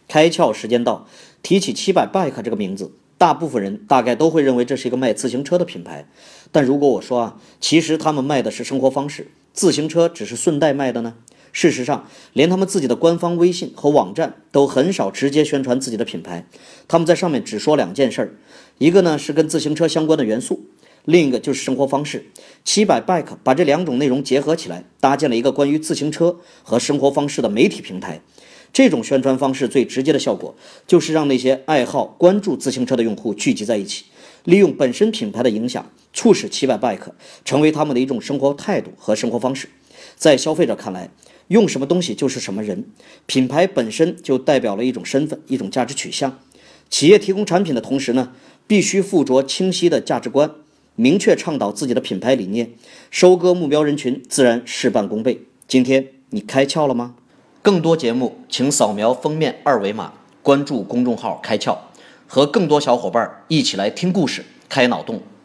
开窍时间到，提起700bike这个名字，大部分人大概都会认为这是一个卖自行车的品牌。但如果我说其实他们卖的是生活方式，自行车只是顺带卖的呢？事实上，连他们自己的官方微信和网站都很少直接宣传自己的品牌。他们在上面只说2件事，一个呢是跟自行车相关的元素，另一个就是生活方式。700bike把这2种内容结合起来，搭建了一个关于自行车和生活方式的媒体平台。这种宣传方式最直接的效果，就是让那些爱好关注自行车的用户聚集在一起，利用本身品牌的影响，促使700bike成为他们的一种生活态度和生活方式。在消费者看来，用什么东西就是什么人，品牌本身就代表了一种身份，一种价值取向。企业提供产品的同时呢，必须附着清晰的价值观，明确倡导自己的品牌理念，收割目标人群，自然事半功倍。今天你开窍了吗？更多节目请扫描封面2维码，关注公众号开窍，和更多小伙伴一起来听故事，开脑洞。